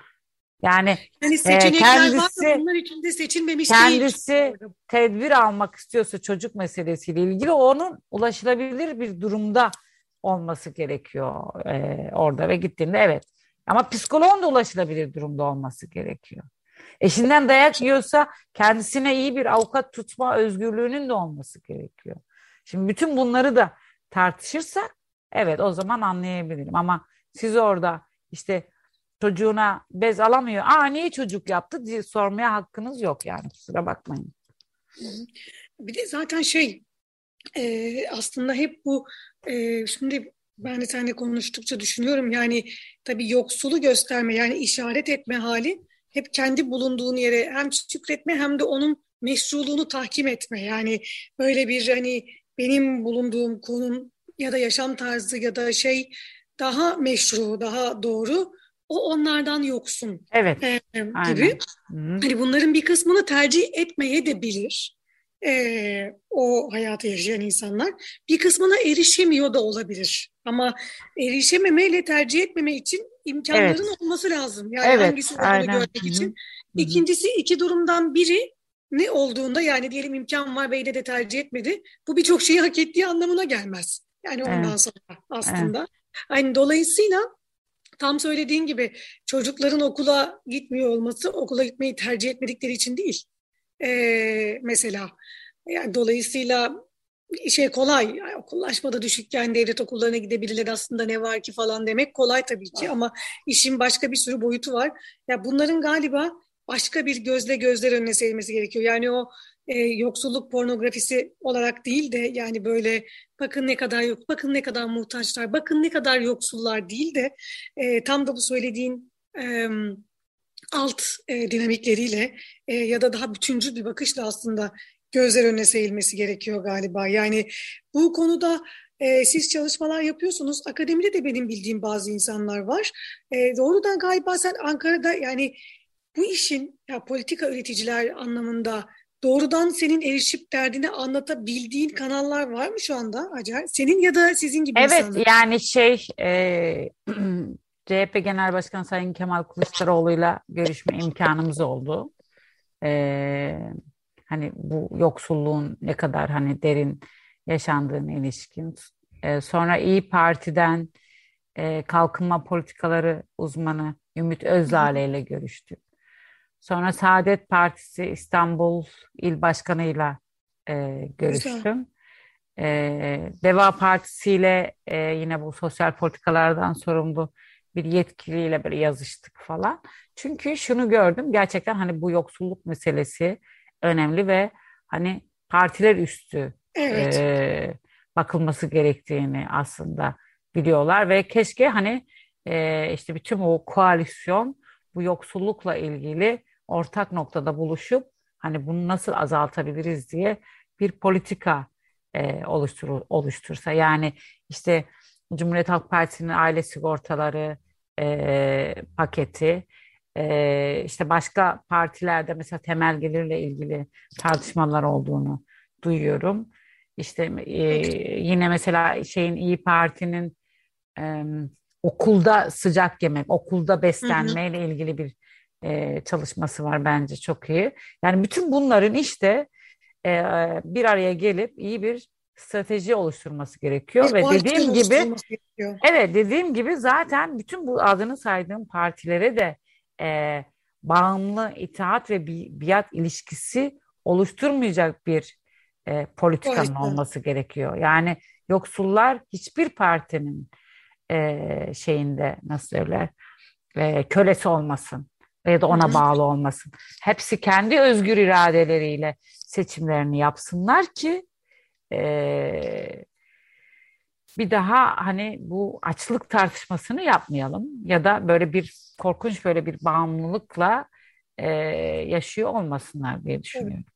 Yani
Yani
e,
seçenekler var da
kendisi
bunlar içinde seçilmemiş değil.
kendisi tedbir almak istiyorsa çocuk meselesiyle ilgili onun ulaşılabilir bir durumda olması gerekiyor e, orada ve gittiğinde evet. Ama psikoloğun da ulaşılabilir durumda olması gerekiyor. Eşinden dayak yiyorsa kendisine iyi bir avukat tutma özgürlüğünün de olması gerekiyor. Şimdi bütün bunları da tartışırsak evet o zaman anlayabilirim. Ama siz orada işte çocuğuna bez alamıyor. Aa niye çocuk yaptı diye sormaya hakkınız yok yani kusura bakmayın.
Hı hı. Bir de zaten şey e, aslında hep bu e, şimdi ben de seninle konuştukça düşünüyorum yani tabii yoksulu gösterme yani işaret etme hali hep kendi bulunduğun yere hem şükretme hem de onun meşruluğunu tahkim etme yani böyle bir hani benim bulunduğum konum ya da yaşam tarzı ya da şey daha meşru daha doğru o onlardan yoksun
Evet
e, gibi.
aynen. Hı.
Hani bunların bir kısmını tercih etmeye de bilir. Ee, o hayatı yaşayan insanlar. Bir kısmına erişemiyor da olabilir. Ama erişememeyle tercih etmeme için
Evet
imkanların olması lazım. Yani
evet
hangisi olduğunu
aynen.
görmek
Hı hı.
için.
Hı hı.
İkincisi iki durumdan biri ne olduğunda yani diyelim imkan var ve yine de tercih etmedi. Bu birçok şeyi hak ettiği anlamına gelmez. Yani
Evet,
ondan sonra
evet,
aslında. Yani dolayısıyla tam söylediğin gibi çocukların okula gitmiyor olması okula gitmeyi tercih etmedikleri için değil. Ee, mesela yani dolayısıyla şey kolay yani okullaşmada düşükken devlet okullarına gidebilirler aslında ne var ki falan demek kolay tabii ki ama işin başka bir sürü boyutu var. Ya bunların galiba başka bir gözle gözler önüne serilmesi gerekiyor. Yani o e, yoksulluk pornografisi olarak değil de yani böyle bakın ne kadar yok, bakın ne kadar muhtaçlar, bakın ne kadar yoksullar değil de e, tam da bu söylediğin e, alt e, dinamikleriyle e, ya da daha bütüncül bir bakışla aslında gözler önüne serilmesi gerekiyor galiba. Yani bu konuda e, siz çalışmalar yapıyorsunuz. Akademide de benim bildiğim bazı insanlar var. E, doğrudan galiba sen Ankara'da yani bu işin ya politika üreticiler anlamında doğrudan senin erişip derdini anlatabildiğin kanallar var mı şu anda Hacer? Senin ya da sizin gibi
evet
insanlar.
yani şey e, C H P Genel Başkanı Sayın Kemal Kılıçdaroğlu'yla görüşme imkanımız oldu. E, Hani bu yoksulluğun ne kadar hani derin yaşandığına ilişkin. E, sonra İyi Parti'den e, kalkınma politikaları uzmanı Ümit
Hı hı.
Özdağ'la ile görüştük. Sonra Saadet Partisi İstanbul İl Başkanı'yla e,
Güzel.
görüştüm. E, Deva Partisi ile e, yine bu sosyal politikalardan sorumlu bir yetkiliyle böyle yazıştık falan. Çünkü şunu gördüm, gerçekten hani bu yoksulluk meselesi önemli ve hani partiler üstü
Evet.
e, bakılması gerektiğini aslında biliyorlar ve keşke hani e, işte bütün o koalisyon bu yoksullukla ilgili ortak noktada buluşup hani bunu nasıl azaltabiliriz diye bir politika e, oluştur oluştursa. Yani işte Cumhuriyet Halk Partisi'nin aile sigortaları e, paketi, e, işte başka partilerde mesela temel gelirle ilgili tartışmalar olduğunu duyuyorum. İşte e, yine mesela şeyin İyi Parti'nin e, okulda sıcak yemek, okulda
Hı hı.
beslenmeyle ilgili bir e, çalışması var, bence çok iyi. Yani bütün bunların işte e, bir araya gelip iyi bir strateji oluşturması
Bir
gerekiyor ve
koalisyon
dediğim gibi
oluşturulması gerekiyor.
evet, dediğim gibi zaten bütün bu adını saydığım partilere de e, bağımlı itaat ve bi biat ilişkisi oluşturmayacak bir e, politikanın
Koalisyon.
olması gerekiyor. Yani yoksullar hiçbir partinin e, şeyinde nasıl söyler e, kölesi olmasın ya da
Hı
ona
hı.
bağlı olmasın. Hepsi kendi özgür iradeleriyle seçimlerini yapsınlar ki e, bir daha hani bu açlık tartışmasını yapmayalım ya da böyle bir korkunç böyle bir bağımlılıkla e, yaşıyor olmasınlar diye
Evet.
düşünüyorum.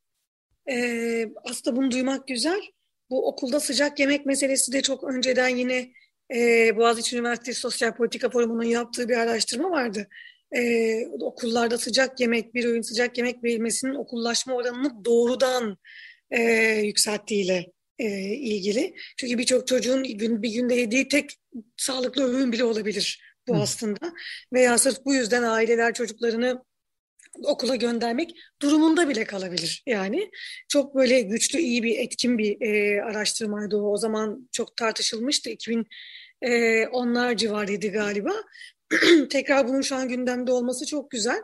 Ee, aslında bunu duymak güzel. Bu okulda sıcak yemek meselesi de çok önceden yine e, Boğaziçi Üniversitesi Sosyal Politika Forumu'nun yaptığı bir araştırma vardı. Ee, okullarda sıcak yemek, bir öğün sıcak yemek verilmesinin okullaşma oranını doğrudan e, yükselttiğiyle e, ilgili. Çünkü birçok çocuğun gün, bir günde yediği tek sağlıklı öğün bile olabilir bu
Hı.
aslında. Veya sırf bu yüzden aileler çocuklarını okula göndermek durumunda bile kalabilir yani. Çok böyle güçlü, iyi bir, etkin bir e, araştırmaydı o. O zaman çok tartışılmıştı. iki bin onlar civarıydı galiba. Tekrar bunun şu an gündemde olması çok güzel.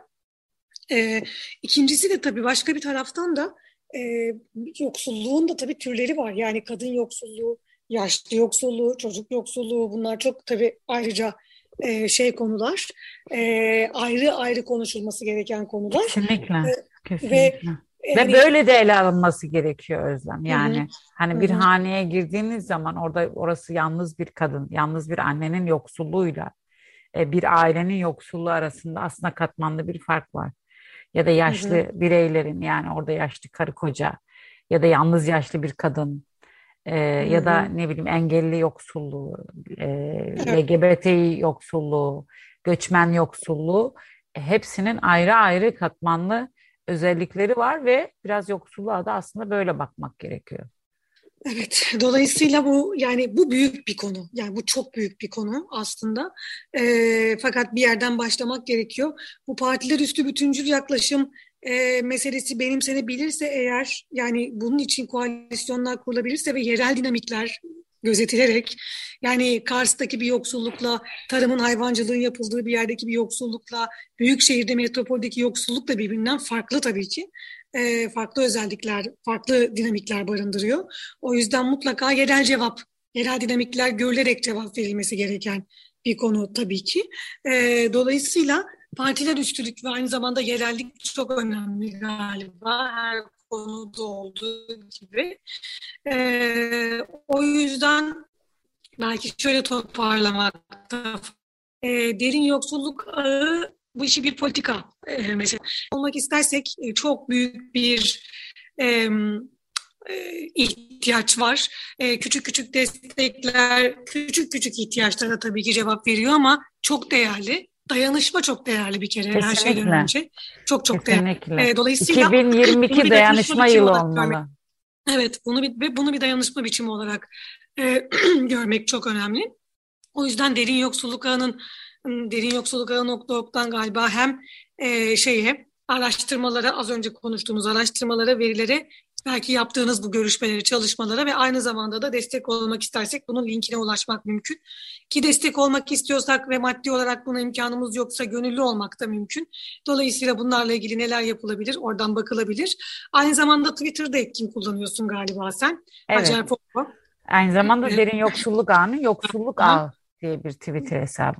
E, ikincisi de tabii başka bir taraftan da e, yoksulluğun da tabii türleri var. Yani kadın yoksulluğu, yaşlı yoksulluğu, çocuk yoksulluğu, bunlar çok tabii ayrıca e, şey konular. E, ayrı ayrı konuşulması gereken konular.
Kesinlikle,
E, ve
kesinlikle.
e,
Ve
hani
böyle de ele alınması gerekiyor Özlem.
hı hı,
Yani
hı
hani bir
hı,
haneye girdiğiniz zaman orada orası yalnız bir kadın, yalnız bir annenin yoksulluğuyla e, bir ailenin yoksulluğu arasında aslında katmanlı bir fark var. Ya da
hı hı,
yaşlı bireylerin, yani orada yaşlı karı koca ya da yalnız yaşlı bir kadın e,
hı
ya da
hı.
ne bileyim engelli yoksulluğu, e,
Evet,
L G B T İ yoksulluğu, göçmen yoksulluğu, e, hepsinin ayrı ayrı katmanlı özellikleri var ve biraz yoksulluğa da aslında böyle bakmak gerekiyor.
evet. Dolayısıyla bu yani bu büyük bir konu. Yani bu çok büyük bir konu aslında. Ee, fakat bir yerden başlamak gerekiyor. Bu partiler üstü bütüncül yaklaşım e, meselesi benimsenebilirse eğer, yani bunun için koalisyonlar kurulabilirse ve yerel dinamikler gözetilerek, yani Kars'taki bir yoksullukla, tarımın, hayvancılığın yapıldığı bir yerdeki bir yoksullukla, büyük şehirde, metropoldeki yoksulluk da birbirinden farklı tabii ki. Ee, farklı özellikler, farklı dinamikler barındırıyor. O yüzden mutlaka yerel cevap, yerel dinamikler görülerek cevap verilmesi gereken bir konu tabii ki. Ee, dolayısıyla partiler üstülük ve aynı zamanda yerellik çok önemli galiba, her konuda olduğu gibi. Ee, o yüzden belki şöyle toparlamakta, e, derin yoksulluk ağı bu işi bir politika e, mesela olmak istersek e, çok büyük bir e, e, ihtiyaç var. E, küçük küçük destekler, küçük küçük ihtiyaçlara tabii ki cevap veriyor ama çok değerli. Dayanışma çok değerli bir kere, her şeyden
Kesinlikle,
önce. Çok çok değerli.
kesinlikle.
E, dolayısıyla bunu
iki bin yirmi iki
bir dayanışma
dayanışma
biçimi
yılı
olarak görmek,
olmalı.
evet, bunu bir, ve bunu bir dayanışma biçimi olarak e, görmek çok önemli. O yüzden derin yoksulluk ağının derin yoksulluk ağı nokta org'dan galiba hem e, şeye, araştırmalara, az önce konuştuğumuz araştırmalara, verilere, belki yaptığınız bu görüşmeleri, çalışmalara ve aynı zamanda da destek olmak istersek bunun linkine ulaşmak mümkün. Ki destek olmak istiyorsak ve maddi olarak buna imkanımız yoksa gönüllü olmak da mümkün. Dolayısıyla bunlarla ilgili neler yapılabilir? Oradan bakılabilir. Aynı zamanda Twitter'da etkin kullanıyorsun galiba sen.
Evet.
Hacer Fogo.
Aynı zamanda
Evet.
derin yoksulluk ağının yoksulluk ağı diye bir Twitter hesabı var.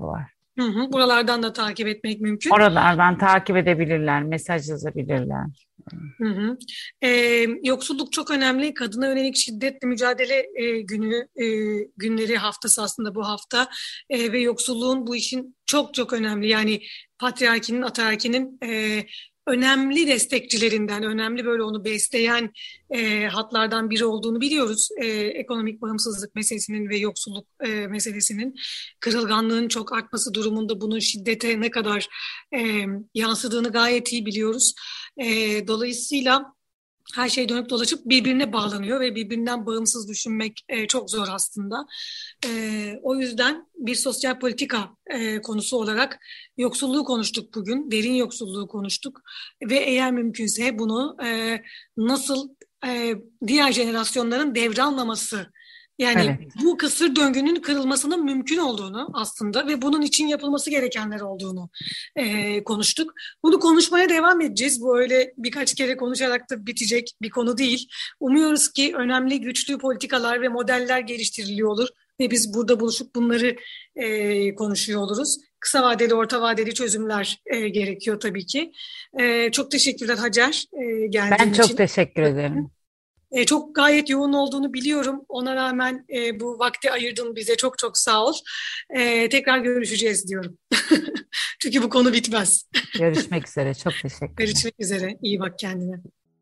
Hı hı. Buralardan da takip etmek mümkün.
Oralardan takip edebilirler, mesaj yazabilirler.
Hı hı. Ee, yoksulluk çok önemli. Kadına yönelik şiddetle mücadele e, günü, e, günleri haftası aslında bu hafta. E, ve yoksulluğun bu işin çok çok önemli. Yani patriarkinin, ataerkinin e, önemli destekçilerinden, önemli böyle onu besleyen e, hatlardan biri olduğunu biliyoruz. E, ekonomik bağımsızlık meselesinin ve yoksulluk e, meselesinin, kırılganlığın çok artması durumunda bunun şiddete ne kadar e, yansıdığını gayet iyi biliyoruz. E, dolayısıyla her şey dönüp dolaşıp birbirine bağlanıyor ve birbirinden bağımsız düşünmek e, çok zor aslında. E, o yüzden bir sosyal politika e, konusu olarak yoksulluğu konuştuk bugün, derin yoksulluğu konuştuk ve eğer mümkünse bunu e, nasıl e, diğer jenerasyonların devralmaması, yani
Evet.
bu kısır döngünün kırılmasının mümkün olduğunu aslında ve bunun için yapılması gerekenler olduğunu e, konuştuk. Bunu konuşmaya devam edeceğiz. Bu öyle birkaç kere konuşarak da bitecek bir konu değil. Umuyoruz ki önemli, güçlü politikalar ve modeller geliştiriliyor olur ve biz burada buluşup bunları e, konuşuyor oluruz. Kısa vadeli, orta vadeli çözümler e, gerekiyor tabii ki. E, çok teşekkürler Hacer e, geldiğin
Ben çok
için.
teşekkür ederim.
E, çok gayet yoğun olduğunu biliyorum. Ona rağmen e, bu vakti ayırdın bize. Çok çok sağ ol. E, tekrar görüşeceğiz diyorum. Çünkü bu konu bitmez.
Görüşmek üzere. Çok teşekkür ederim.
Görüşmek üzere. İyi bak kendine.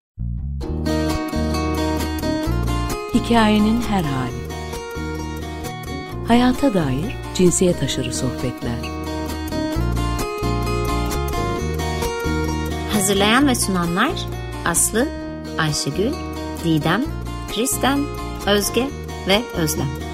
Hikayenin her hali. Hayata dair cinsiyet aşırı sohbetler.
Hazırlayan ve sunanlar Aslı, Ayşegül, Didem, Kristen, Özge ve Özlem.